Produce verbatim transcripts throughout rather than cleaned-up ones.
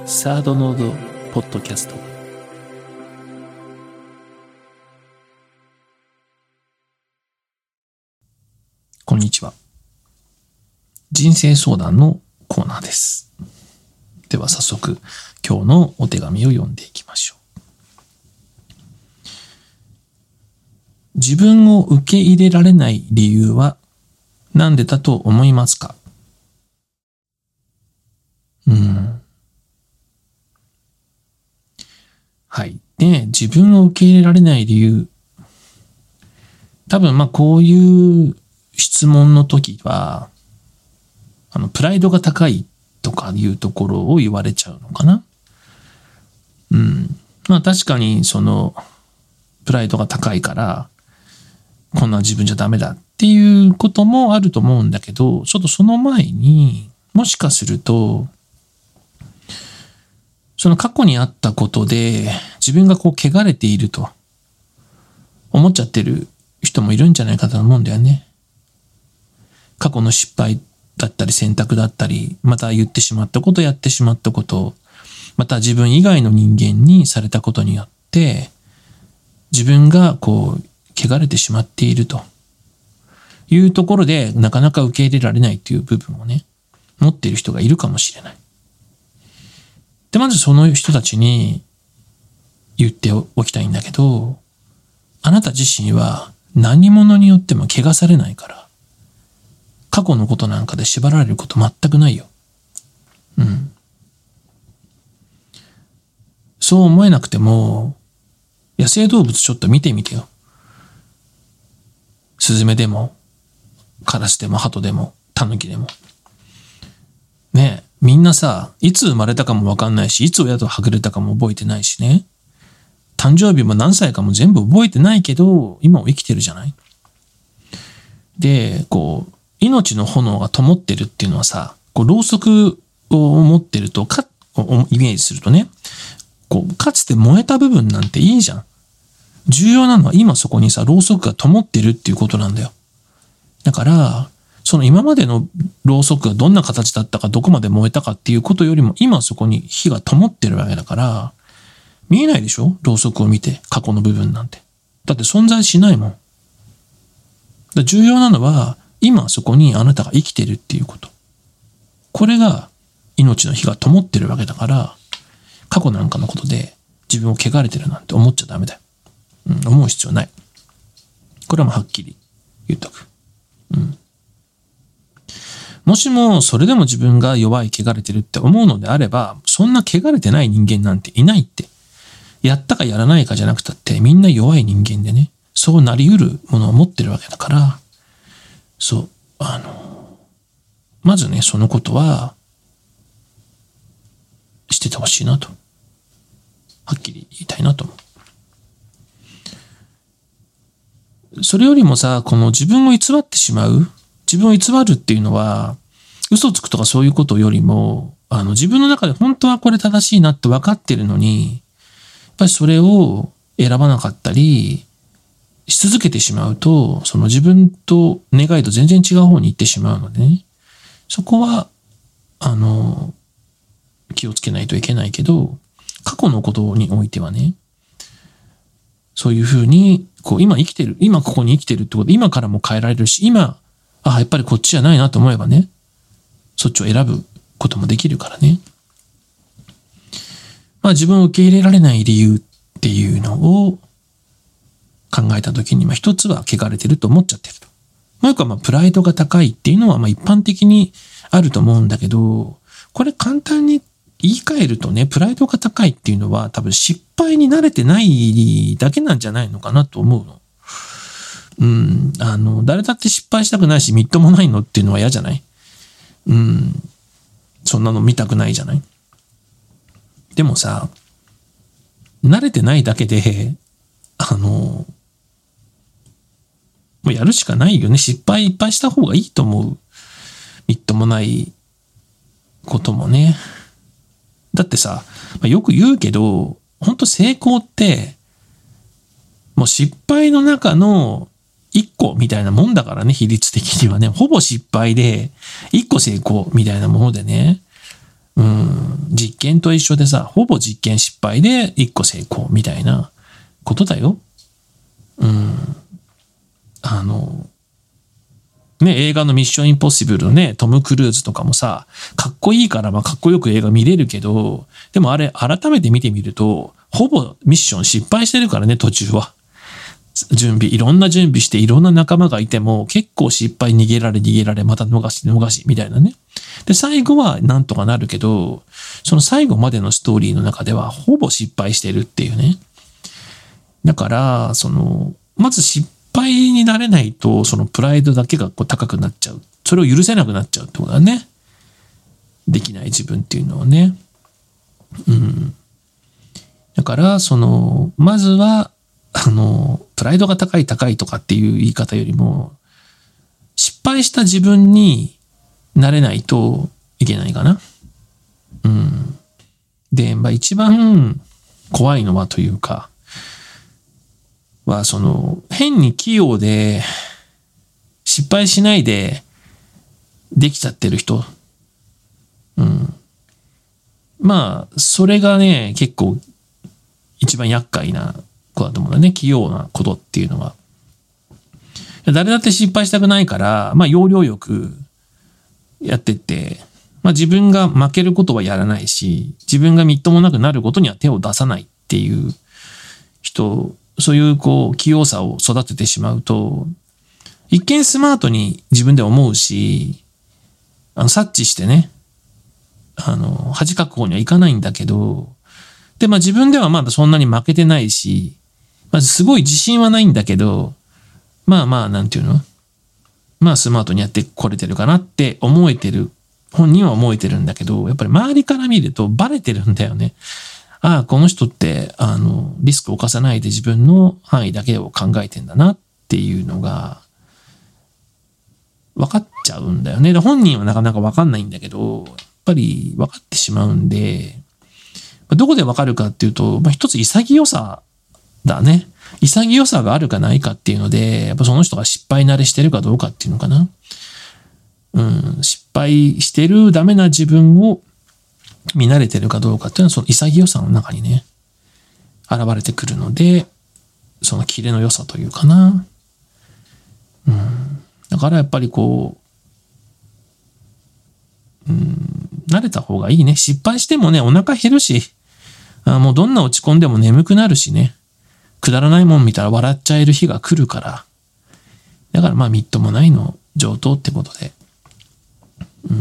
サードノードポッドキャスト。こんにちは。人生相談のコーナーです。では早速今日のお手紙を読んでいきましょう。自分を受け入れられない理由は何でだと思いますか？うん。はい。で、自分を受け入れられない理由。多分まあこういう質問の時は、あの、プライドが高いとかいうところを言われちゃうのかな。うん。まあ確かにその、プライドが高いから、こんな自分じゃダメだっていうこともあると思うんだけど、ちょっとその前に、もしかすると、その過去にあったことで自分がこう汚れていると思っちゃってる人もいるんじゃないかと思うんだよね。過去の失敗だったり選択だったり、また言ってしまったこと、やってしまったこと、また自分以外の人間にされたことによって自分がこう汚れてしまっているというところでなかなか受け入れられないという部分をね、持っている人がいるかもしれない。で、まずその人たちに言っておきたいんだけど、あなた自身は何者によっても汚されないから、過去のことなんかで縛られること全くないよ。うん。そう思えなくても、野生動物ちょっと見てみてよ。スズメでも、カラスでも、ハトでも、タヌキでも。ねえ。みんなさ、いつ生まれたかもわかんないし、いつ親とはぐれたかも覚えてないしね。誕生日も何歳かも全部覚えてないけど、今を生きてるじゃない？で、こう、命の炎が灯ってるっていうのはさ、こう、ろうそくを持ってると、か、イメージするとね、こう、かつて燃えた部分なんていいじゃん。重要なのは今そこにさ、ろうそくが灯ってるっていうことなんだよ。だから、その今までのろうそくがどんな形だったかどこまで燃えたかっていうことよりも今そこに火が灯ってるわけだから見えないでしょ？ろうそくを見て過去の部分なんて。だって存在しないもん。だ重要なのは今そこにあなたが生きてるっていうこと。これが命の火が灯ってるわけだから過去なんかのことで自分を汚れてるなんて思っちゃダメだよ。うん、思う必要ない。これはもうはっきり言っとく。うん。もしもそれでも自分が弱い、汚れてるって思うのであれば、そんな汚れてない人間なんていないって。やったかやらないかじゃなくたってみんな弱い人間でね、そうなり得るものを持ってるわけだから、そう、あの、まずね、そのことは、しててほしいなと。はっきり言いたいなと思う。それよりもさ、この自分を偽ってしまう自分を偽るっていうのは、嘘つくとかそういうことよりも、あの、自分の中で本当はこれ正しいなって分かってるのに、やっぱりそれを選ばなかったり、し続けてしまうと、その自分と願いと全然違う方に行ってしまうのでね、そこは、あの、気をつけないといけないけど、過去のことにおいてはね、そういうふうに、こう、今生きてる、今ここに生きてるってことで、今からも変えられるし、今、あ、やっぱりこっちじゃないなと思えばね、そっちを選ぶこともできるからね。まあ自分を受け入れられない理由っていうのを考えたときに、まあ一つは汚れてると思っちゃってると。もう一個はまあプライドが高いっていうのはまあ一般的にあると思うんだけど、これ簡単に言い換えるとね、プライドが高いっていうのは多分失敗に慣れてないだけなんじゃないのかなと思うの。うん、あの、誰だって失敗したくないし、みっともないのっていうのは嫌じゃない？うん、そんなの見たくないじゃない？でもさ、慣れてないだけで、あの、もうやるしかないよね。失敗いっぱいした方がいいと思う。みっともないこともね。だってさ、よく言うけど、本当成功って、もう失敗の中の一個みたいなもんだからね、比率的にはね。ほぼ失敗で、一個成功みたいなものでね。うん、実験と一緒でさ、ほぼ実験失敗でいっこ成功みたいなことだよ。うん。あの、ね、映画のミッションインポッシブルのね、トム・クルーズとかもさ、かっこいいから、まあかっこよく映画見れるけど、でもあれ改めて見てみると、ほぼミッション失敗してるからね、途中は。準備、いろんな準備していろんな仲間がいても結構失敗、逃げられ逃げられ、また逃し逃しみたいなね。で、最後はなんとかなるけど、その最後までのストーリーの中ではほぼ失敗してるっていうね。だから、その、まず失敗になれないと、そのプライドだけがこう高くなっちゃう。それを許せなくなっちゃうってことだね。できない自分っていうのをね。うん。だから、その、まずは、あの、プライドが高い高いとかっていう言い方よりも、失敗した自分になれないといけないかな。うん。で、まあ一番怖いのはというか、はその、変に器用で、失敗しないでできちゃってる人。うん。まあ、それがね、結構一番厄介な子だと思うんだね。器用なことっていうのは。誰だって失敗したくないから、まあ要領よくやってって、まあ自分が負けることはやらないし、自分がみっともなくなることには手を出さないっていう人、そういうこう器用さを育ててしまうと、一見スマートに自分で思うし、あの察知してね、あの恥かく方にはいかないんだけど、でまあ自分ではまだそんなに負けてないし、まずすごい自信はないんだけど、まあまあなんていうの、まあスマートにやってこれてるかなって思えてる、本人は思えてるんだけど、やっぱり周りから見るとバレてるんだよね。ああ、この人って、あの、リスクを犯さないで自分の範囲だけを考えてんだなっていうのが、分かっちゃうんだよね。で本人はなかなか分かんないんだけど、やっぱり分かってしまうんで、どこで分かるかっていうと、まあ、一つ潔さだね。潔さがあるかないかっていうので、やっぱその人が失敗慣れしてるかどうかっていうのかな。うん、失敗してるダメな自分を見慣れてるかどうかっていうのは、その潔さの中にね、現れてくるので、そのキレの良さというかな。うん、だからやっぱりこう、うん、慣れた方がいいね。失敗してもね、お腹減るし、あもうどんな落ち込んでも眠くなるしね。くだらないもん見たら笑っちゃえる日が来るから。だからまあみっともないの上等ってことで。うん。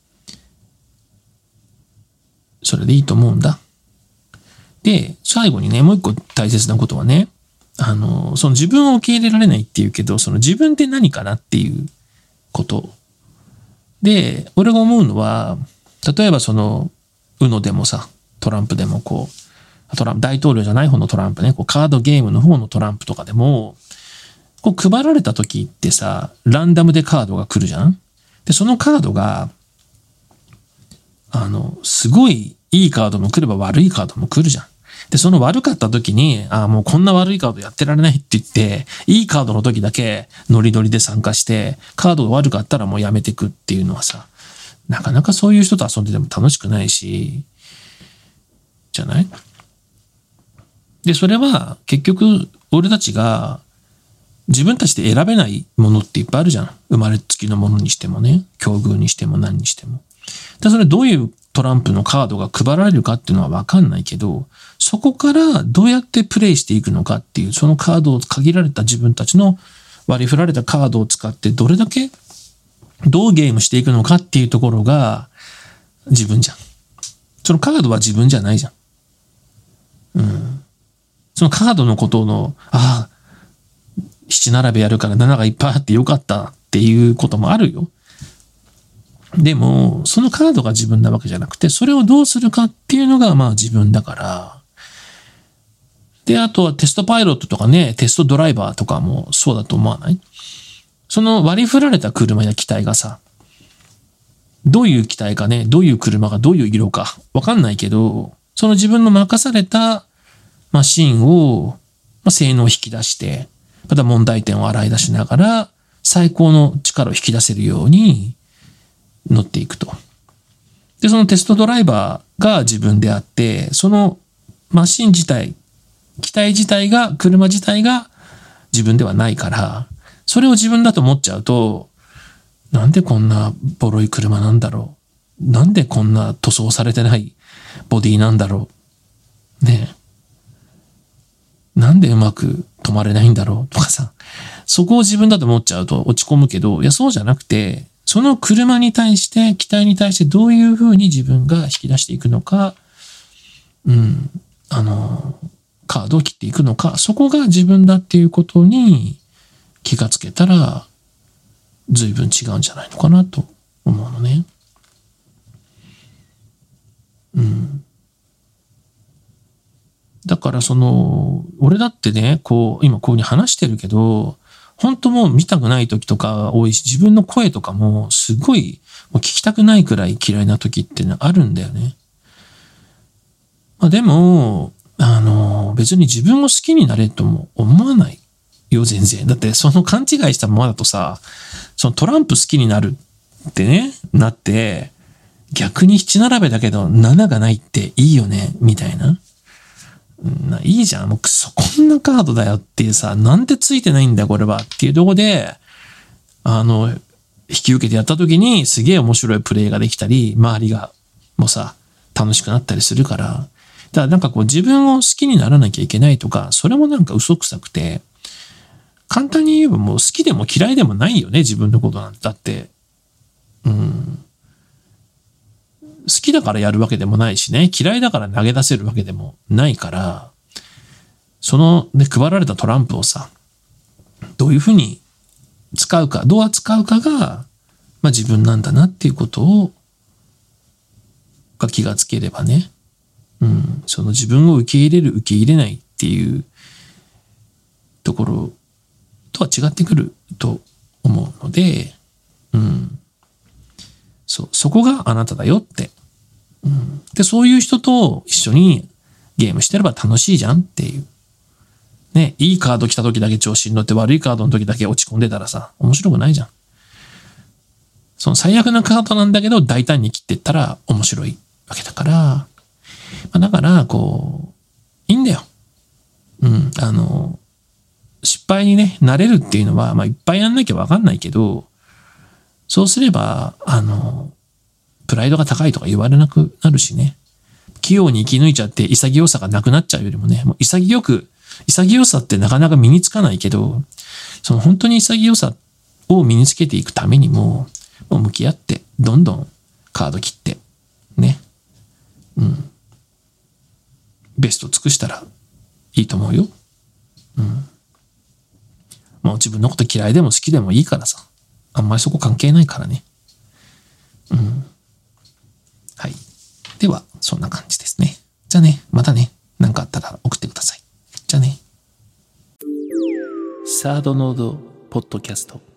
それでいいと思うんだ。で、最後にね、もう一個大切なことはね、あの、その自分を受け入れられないっていうけど、その自分って何かなっていうこと。で、俺が思うのは、例えばその、ウノでもさ、トランプでもこう、トランプ、大統領じゃない方のトランプね、こうカードゲームの方のトランプとかでも、こう配られた時ってさ、ランダムでカードが来るじゃん？で、そのカードが、あの、すごいいいカードも来れば悪いカードも来るじゃん。で、その悪かった時に、ああ、もうこんな悪いカードやってられないって言って、いいカードの時だけノリノリで参加して、カードが悪かったらもうやめてくっていうのはさ、なかなかそういう人と遊んでても楽しくないし、じゃない？で、それは結局、俺たちが自分たちで選べないものっていっぱいあるじゃん。生まれつきのものにしてもね、境遇にしても何にしても。で、それどういうトランプのカードが配られるかっていうのはわかんないけど、そこからどうやってプレイしていくのかっていう、そのカードを限られた自分たちの割り振られたカードを使ってどれだけどうゲームしていくのかっていうところが自分じゃん。そのカードは自分じゃないじゃん。うん。そのカードのことの、ああ、七並べやるからなながいっぱいあってよかったっていうこともあるよ。でも、そのカードが自分なわけじゃなくて、それをどうするかっていうのがまあ自分だから。で、あとはテストパイロットとかね、テストドライバーとかもそうだと思わない？その割り振られた車や機体がさ、どういう機体かね、どういう車がどういう色かわかんないけど、その自分の任されたマシンを、まあ、性能を引き出して、また問題点を洗い出しながら、最高の力を引き出せるように乗っていくと。 で、そのテストドライバーが自分であって、そのマシン自体、機体自体が、車自体が自分ではないから、それを自分だと思っちゃうと、なんでこんなボロい車なんだろう。なんでこんな塗装されてないボディなんだろう。ねえ。なんでうまく止まれないんだろうとかさ。そこを自分だと思っちゃうと落ち込むけど、いやそうじゃなくて、その車に対して、機体に対してどういうふうに自分が引き出していくのか、うん、あの、カードを切っていくのか、そこが自分だっていうことに気がつけたら、随分違うんじゃないのかなと思うのね。うん。だからその、俺だってね、こう、今こういうふうに話してるけど、本当もう見たくない時とか多いし、自分の声とかもすごいもう聞きたくないくらい嫌いな時ってのあるんだよね。まあでも、あの、別に自分を好きになれるとも思わないよ、全然。だってその勘違いしたままだとさ、そのトランプ好きになるってね、なって、逆に七並べだけどなながないっていいよね、みたいな。いいじゃん。もうクソ、こんなカードだよっていうさ、なんでついてないんだよ、これは。っていうとこで、あの、引き受けてやった時にすげえ面白いプレイができたり、周りがもうさ、楽しくなったりするから。だからなんかこう自分を好きにならなきゃいけないとか、それもなんか嘘くさくて、簡単に言えばもう好きでも嫌いでもないよね、自分のことなんて。だって、うん。好きだからやるわけでもないしね、嫌いだから投げ出せるわけでもないから、そのね、配られたトランプをさ、どういうふうに使うか、どう扱うかが、まあ自分なんだなっていうことを、が気がつければね、うん、その自分を受け入れる、受け入れないっていうところとは違ってくると思うので、うん。そう、そこがあなただよって。うん、で、そういう人と一緒にゲームしてれば楽しいじゃんっていう。ね、いいカード来た時だけ調子に乗って悪いカードの時だけ落ち込んでたらさ、面白くないじゃん。その最悪なカードなんだけど大胆に切っていったら面白いわけだから、まあ、だから、こう、いいんだよ。うん、あの、失敗にね、慣れるっていうのは、まあいっぱいやんなきゃわかんないけど、そうすれば、あの、プライドが高いとか言われなくなるしね。器用に生き抜いちゃって潔さがなくなっちゃうよりもね、もう潔く、潔さってなかなか身につかないけど、その本当に潔さを身につけていくためにも、もう向き合って、どんどんカード切って、ね。うん。ベスト尽くしたらいいと思うよ。うん。もう自分のこと嫌いでも好きでもいいからさ。あんまりそこ関係ないからね。うん。はい。では、そんな感じですね。じゃあね、またね、何かあったら送ってください。じゃあね。サードノードポッドキャスト。